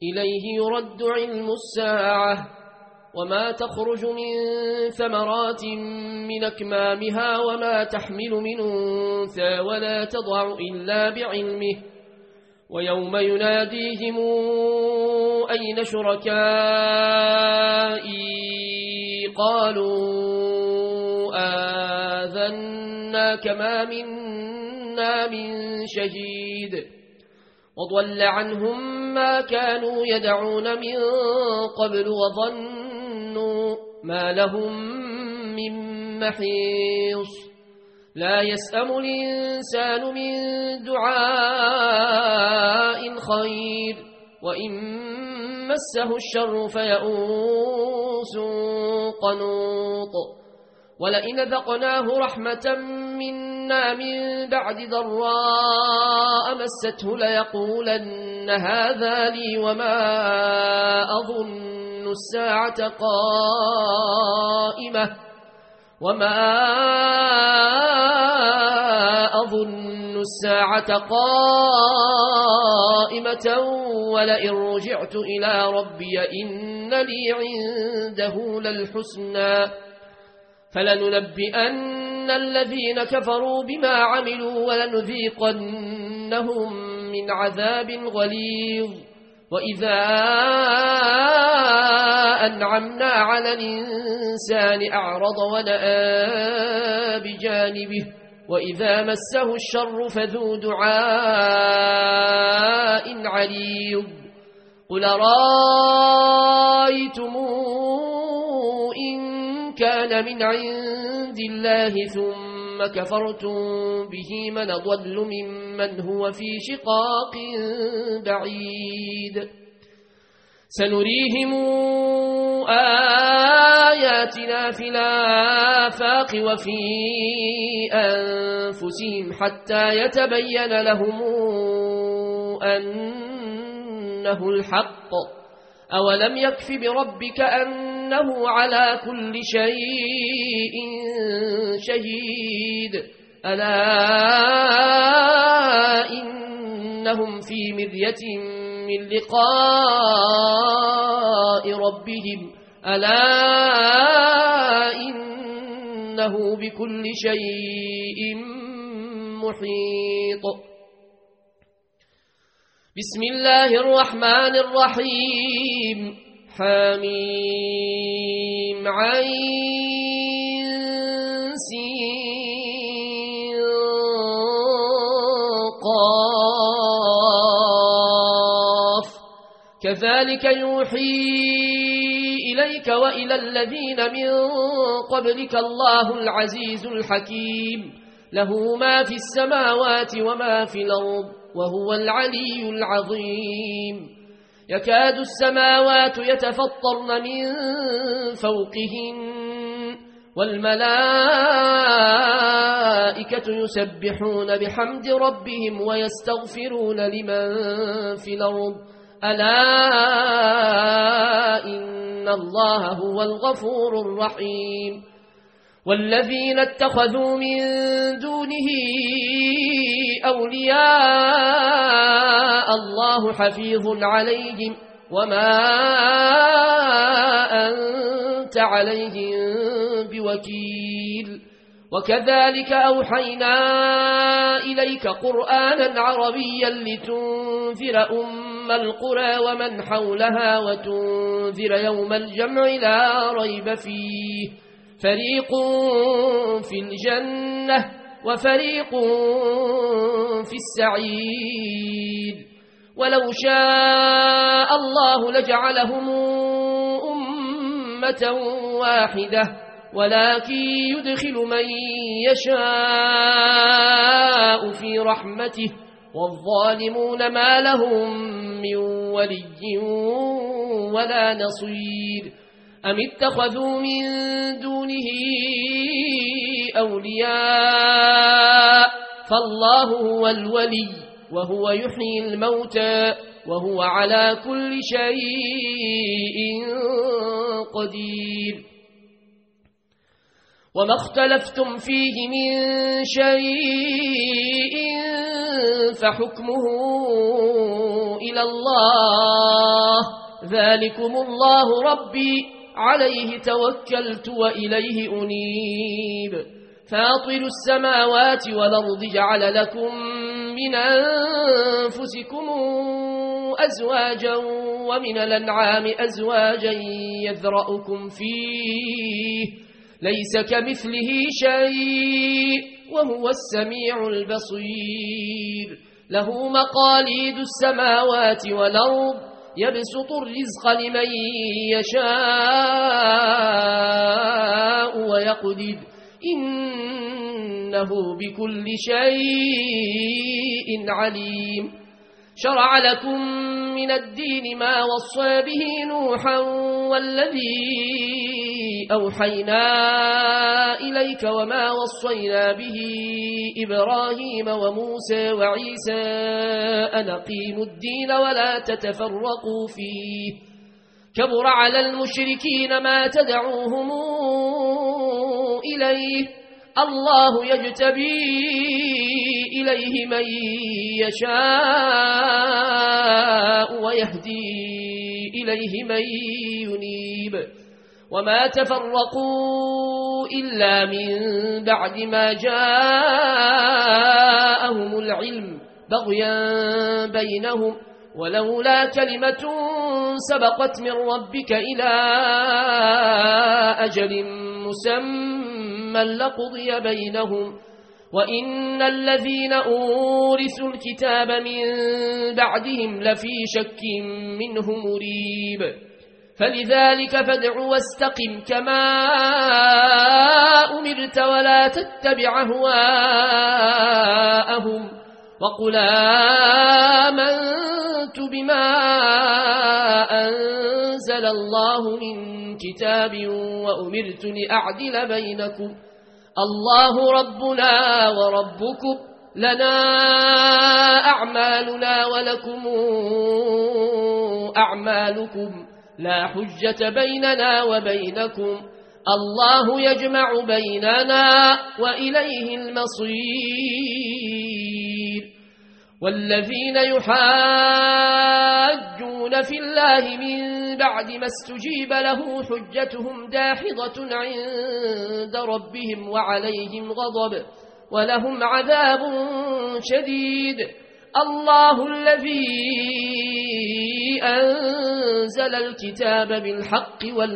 إليه يرد علم الساعة وما تخرج من ثمرات من أكمامها وما تحمل من أنثى ولا تضع إلا بعلمه ويوم يناديهم أين شركائي قالوا آذناك ما منا من شهيد وضل عنهم ما كانوا يدعون من قبل وظنوا ما لهم من محيص لا يسأم الإنسان من دعاء الخير وإن مسه الشر فيئوس قنوط ولئن ذقناه رحمة منا من بعد ضراء مسته ليقولن هذا لي وما أظن الساعة قائمة ولئن رجعت إلى ربي إن لي عنده للحسنى فلننبئن الذين كفروا بما عملوا ولنذيقنهم من عذاب غليظ وإذا أنعمنا على الإنسان أعرض ونأى بجانبه وإذا مسه الشر فذو دعاء عريض قل رأيتم إن كان من عند الله ثم كفرتم به من ضل ممن هو في شقاق بعيد سنريهم آياتنا في الآفاق وفي أنفسهم حتى يتبين لهم أنه الحق أولم يكف بربك أنه على كل شيء شهيد ألا إنهم في مرية من لقاء ربهم ألا إنه بكل شيء محيط بسم الله الرحمن الرحيم حميم عين سين قاف كذلك يوحي إليك وإلى الذين من قبلك الله العزيز الحكيم له ما في السماوات وما في الأرض وهو العلي العظيم يكاد السماوات يتفطرن من فوقهن والملائكة يسبحون بحمد ربهم ويستغفرون لمن في الأرض ألا إن الله هو الغفور الرحيم والذين اتخذوا من دونه أولياء الله حفيظ عليهم وما أنت عليهم بوكيل وكذلك أوحينا إليك قرآنا عربيا لتنذر القرى ومن حولها وتنذر يوم الجمع لا ريب فيه فريق في الجنة وفريق في السعير ولو شاء الله لجعلهم أمة واحدة ولكن يدخل من يشاء في رحمته والظالمون ما لهم من ولي ولا نصير أم اتخذوا من دونه أولياء فالله هو الولي وهو يحيي الموتى وهو على كل شيء قدير وما اختلفتم فيه من شيء فحكمه إلى الله ذلكم الله ربي عليه توكلت وإليه أنيب فاطر السماوات والأرض جعل لكم من أنفسكم أزواجا ومن الأنعام أزواجا يذرأكم فيه ليس كمثله شيء وهو السميع البصير له مقاليد السماوات والأرض يبسط الرزق لمن يشاء ويقدر إنه بكل شيء عليم شرع لكم من الدين ما وصى به نوحا والذي أوحينا إليك وما وصينا به إبراهيم وموسى وعيسى أن أقيموا الدين ولا تتفرقوا فيه كبر على المشركين ما تدعوهم إليه الله يجتبي إليه من يشاء ويهدي إليه من ينيب وما تفرقوا إلا من بعد ما جاءهم العلم بغيا بينهم ولولا كلمة سبقت من ربك إلى أجل مسمى لقضي بينهم وإن الذين أورثوا الكتاب من بعدهم لفي شك منه مريب فلذلك فادع واستقم كما أمرت ولا تتبع أهواءهم وقل آمنت بما أنزل الله من كتاب وأمرت لأعدل بينكم الله ربنا وربكم لنا أعمالنا ولكم أعمالكم لا حجة بيننا وبينكم الله يجمع بيننا وإليه المصير والذين يحاجون في الله من بعد ما استجيب له حجتهم داحضة عند ربهم وعليهم غضب ولهم عذاب شديد الله الذي أنزل الكتاب بالحق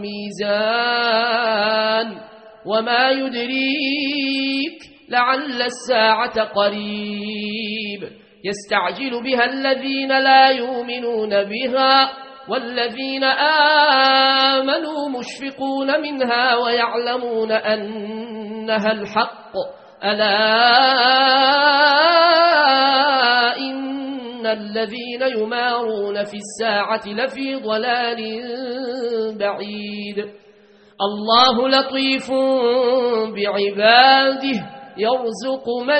والميزان وما يدريك لعل الساعة قريب يستعجل بها الذين لا يؤمنون بها والذين آمنوا مشفقون منها ويعلمون أنها الحق ألا إن الذين يمارون في الساعة لفي ضلال بعيد الله لطيف بعباده يرزق من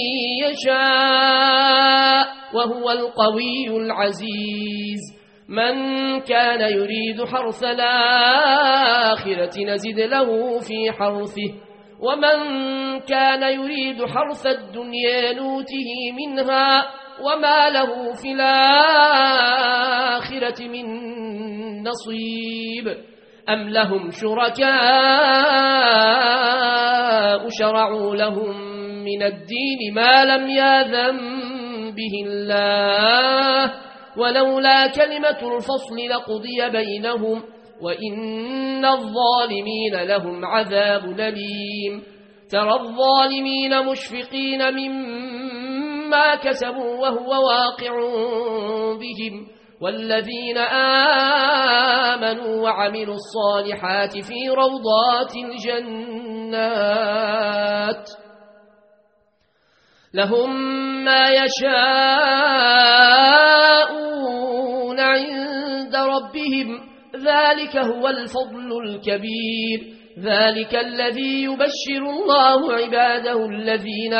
يشاء وهو القوي العزيز من كان يريد حرث الآخرة نزد له في حرثه ومن كان يريد حرث الدنيا نوته منها وما له في الآخرة من نصيب أم لهم شركاء شرعوا لهم من الدين ما لم يأذن به الله ولولا كلمة الفصل لقضي بينهم وإن الظالمين لهم عذاب أليم ترى الظالمين مشفقين مما كسبوا وهو واقع بهم والذين آمنوا وعملوا الصالحات في روضات الجنات لهم ما يشاءون عند ربهم ذلك هو الفضل الكبير ذلك الذي يبشر الله عباده الذين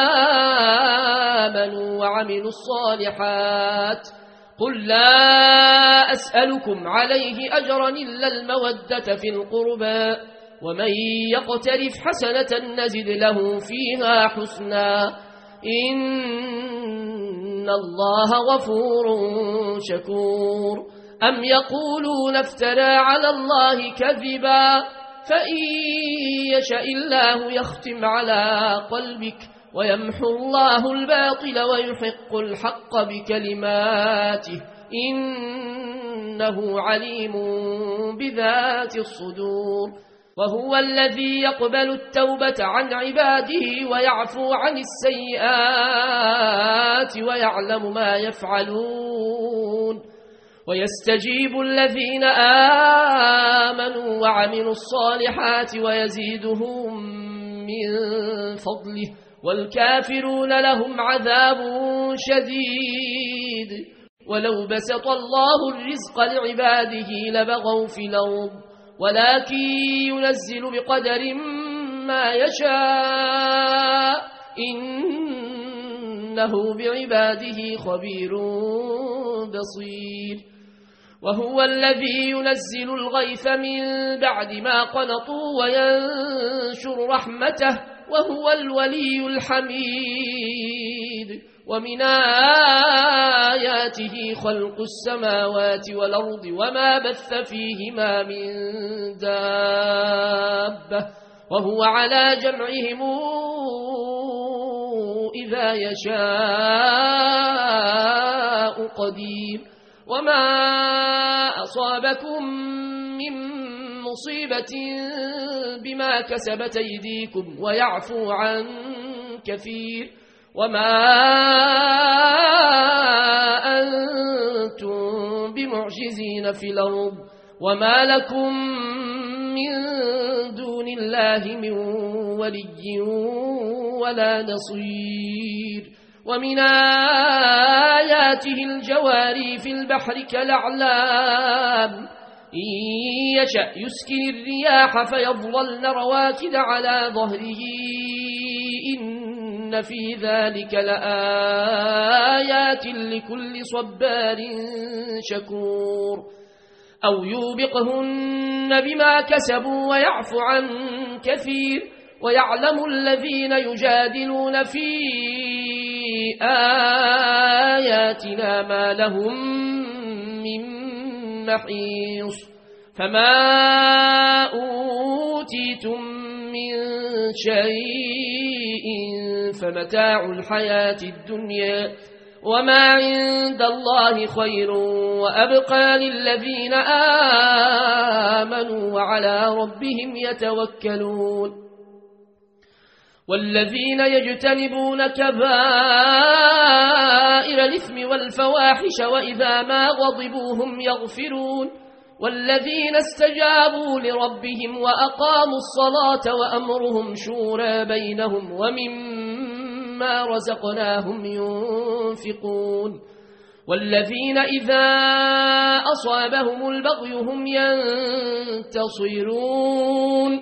آمنوا وعملوا الصالحات قل لا أسألكم عليه أجرا إلا المودة في القربى ومن يقترف حسنة نزد له فيها حسنا إن الله غفور شكور أم يقولون افترى على الله كذبا فإن يشاء الله يختم على قلبك ويمحو الله الباطل ويحق الحق بكلماته إنه عليم بذات الصدور وهو الذي يقبل التوبة عن عباده ويعفو عن السيئات ويعلم ما يفعلون ويستجيب الذين آمنوا وعملوا الصالحات ويزيدهم من فضله والكافرون لهم عذاب شديد ولو بسط الله الرزق لعباده لبغوا في الأرض ولكن ينزل بقدر ما يشاء إنه بعباده خبير بصير وهو الذي ينزل الغيث من بعد ما قنطوا وينشر رحمته وهو الولي الحميد ومن آياته خلق السماوات والأرض وما بث فيهما من دابة وهو على جمعهم إذا يشاء قدير وما أصابكم من مصيبة بما كسبت أيديكم ويعفو عن كثير وما أنتم بمعجزين في الأرض وما لكم من دون الله من ولي ولا نصير ومن آياته الجواري في البحر كالأعلام إن يشأ يسكن الرياح فيظللن رواكد على ظهره إن في ذلك لآيات لكل صبار شكور أو يوبقهن بما كسبوا ويعفو عن كثير ويعلم الذين يجادلون في آياتنا ما لهم من محيص فما أوتيتم من شيء فمتاع الحياة الدنيا وما عند الله خير وأبقى للذين آمنوا وعلى ربهم يتوكلون والذين يجتنبون كبائر الإثم والفواحش وإذا ما غضبوا هم يغفرون والذين استجابوا لربهم وأقاموا الصلاة وأمرهم شورى بينهم ومما رزقناهم ينفقون والذين إذا أصابهم البغي هم ينتصرون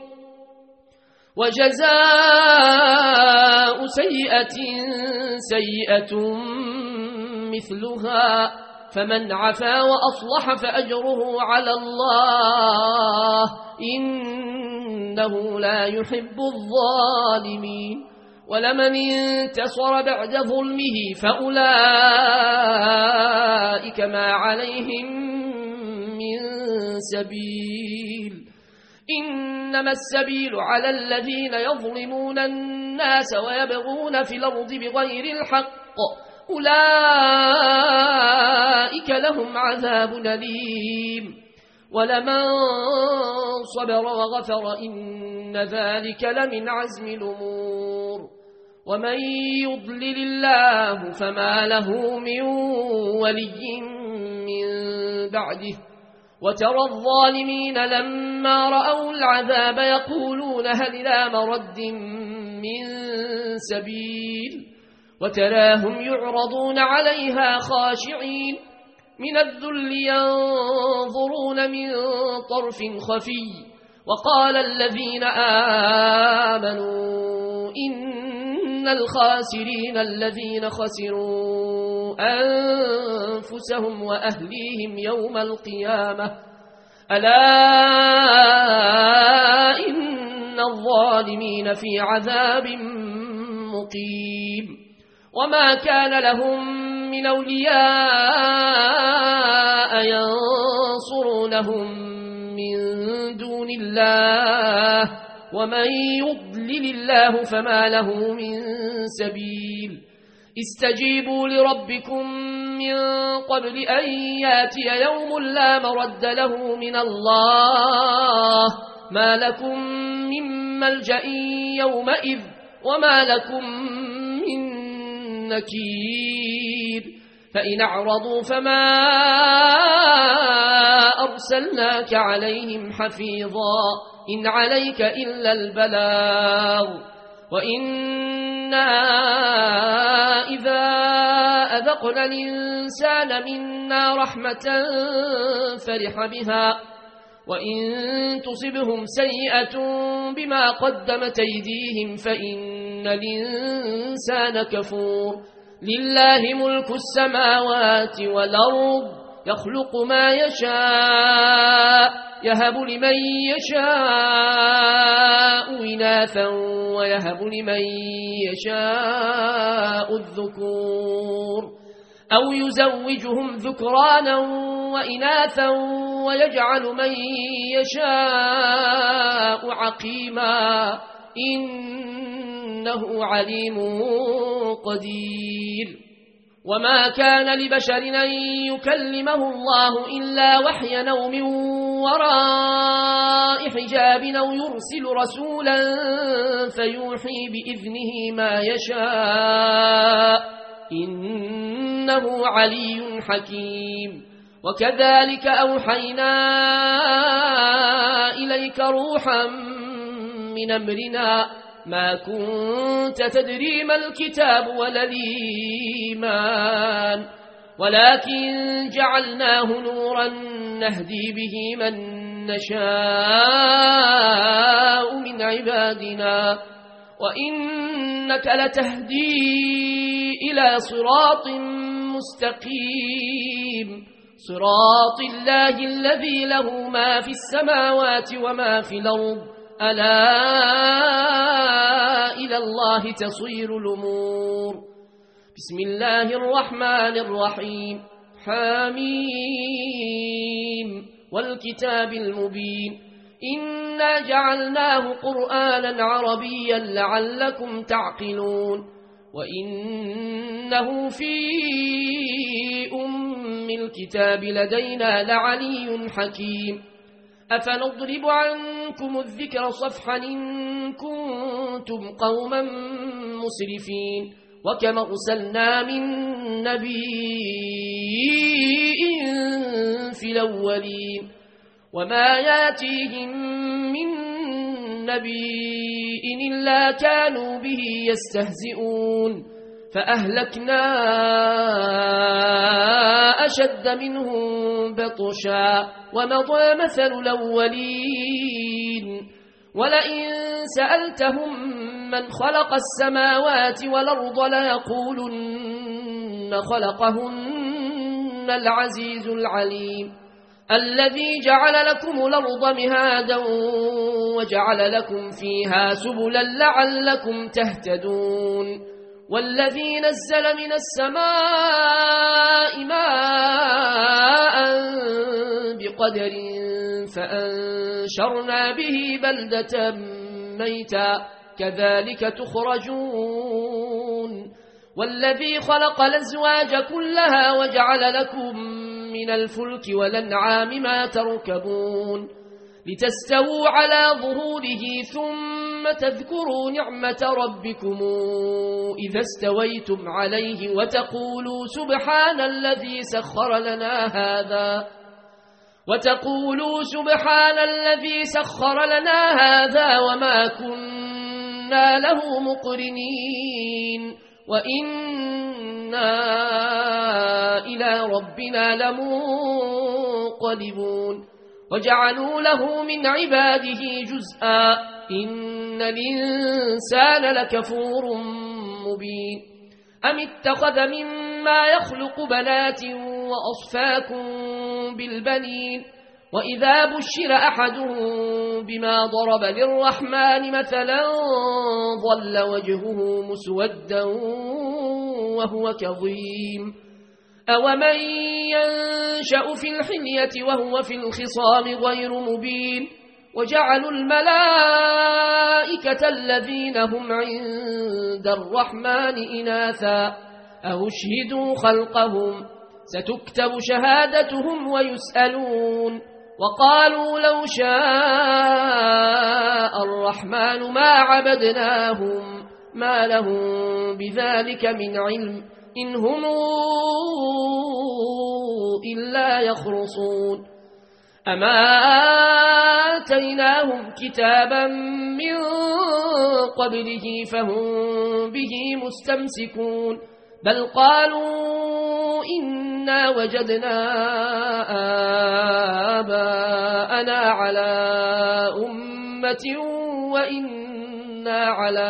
وجزاء سيئة سيئة مثلها فمن عفا وأصلح فأجره على الله إنه لا يحب الظالمين ولمن انتصر بعد ظلمه فأولئك ما عليهم من سبيل إنما السبيل على الذين يظلمون الناس ويبغون في الأرض بغير الحق أولئك لهم عذاب أليم ولمن صبر وغفر إن ذلك لمن عزم الأمور ومن يضلل الله فما له من ولي من بعده وترى الظالمين لما رأوا العذاب يقولون هل إلى مرد من سبيل وتراهم يعرضون عليها خاشعين من الذل ينظرون من طرف خفي وقال الذين آمنوا إن الخاسرين الذين خسروا أنفسهم وأهليهم يوم القيامة ألا إن الظالمين في عذاب مقيم وما كان لهم من أولياء يدعونهم من دون الله ومن يضلل الله فما له من سبيل استجيبوا لربكم من قبل أن ياتي يوم لا مرد له من الله ما لكم من ملجأ يومئذ وما لكم من نكير فإن أعرضوا فما أرسلناك عليهم حفيظا إن عليك إلا البلاغ وإنا إذا أذقنا الإنسان منا رحمة فرح بها وإن تصبهم سيئة بما قدمت أيديهم فإن الإنسان كفور لله ملك السماوات والأرض يخلق ما يشاء يهب لمن يشاء إناثا ويهب لمن يشاء الذكور أو يزوجهم ذكرانا وإناثا ويجعل من يشاء عقيما إنه عليم قدير وما كان لبشر أن يكلمه الله إلا وحيا أو من وراء حجاب أو يرسل رسولا فيوحي بإذنه ما يشاء إنه علي حكيم وكذلك أوحينا إليك روحا من أمرنا ما كنت تدري ما الكتاب ولا الإيمان ولكن جعلناه نورا نهدي به من نشاء من عبادنا وإنك لتهدي إلى صراط مستقيم صراط الله الذي له ما في السماوات وما في الأرض ألا إلى الله تصير الأمور بسم الله الرحمن الرحيم حميم والكتاب المبين إنا جعلناه قرآنا عربيا لعلكم تعقلون وإنه في أم الكتاب لدينا لعلي حكيم أفنضرب عنكم الذكر صفحا إن كنتم قوما مسرفين وكما أرسلنا من نبي في الأولين وما ياتيهم من نبي إلا كانوا به يستهزئون فأهلكنا أشد منهم بطشا ومضى مثل الأولين ولئن سألتهم من خلق السماوات والأرض ليقولن خلقهن العزيز العليم الذي جعل لكم الأرض مهادا وجعل لكم فيها سبلا لعلكم تهتدون والذي نزل من السماء ماء بقدر فأنشرنا به بلدة ميتا كذلك تخرجون والذي خلق الأزواج كلها وجعل لكم من الفلك والأنعام ما تركبون لتستووا على ظهوره ثم تذكروا نعمة ربكم إذا استويتم عليه وتقولوا سبحان الذي سخر لنا هذا وما كنا له مقرنين وإنا إلى ربنا لمنقلبون وجعلوا له من عباده جزءا إن الإنسان لكفور مبين أم اتخذ مما يخلق بنات وأصفاكم بالبنين وإذا بشر أحدهم بما ضرب للرحمن مثلا ظل وجهه مسودا وهو كظيم أومن ينشأ في الحلية وهو في الخصام غير مبين وجعلوا الملائكة الذين هم عند الرحمن إناثا أشهدوا خلقهم ستكتب شهادتهم ويسألون وقالوا لو شاء الرحمن ما عبدناهم ما لهم بذلك من علم إن هم إلا يخرصون أما آتيناهم كتابا من قبله فهم به مستمسكون بل قالوا إنا وجدنا آباءنا على أمة وإنا على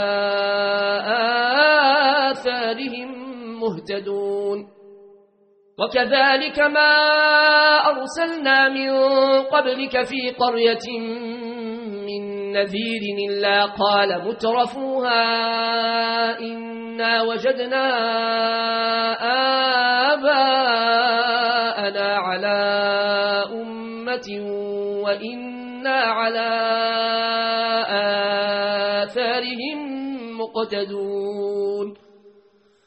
آثارهم مهتدون وكذلك ما أرسلنا من قبلك في قرية من نذير إلا قال مترفوها إنا وجدنا آباءنا على أمة وإنا على آثارهم مقتدون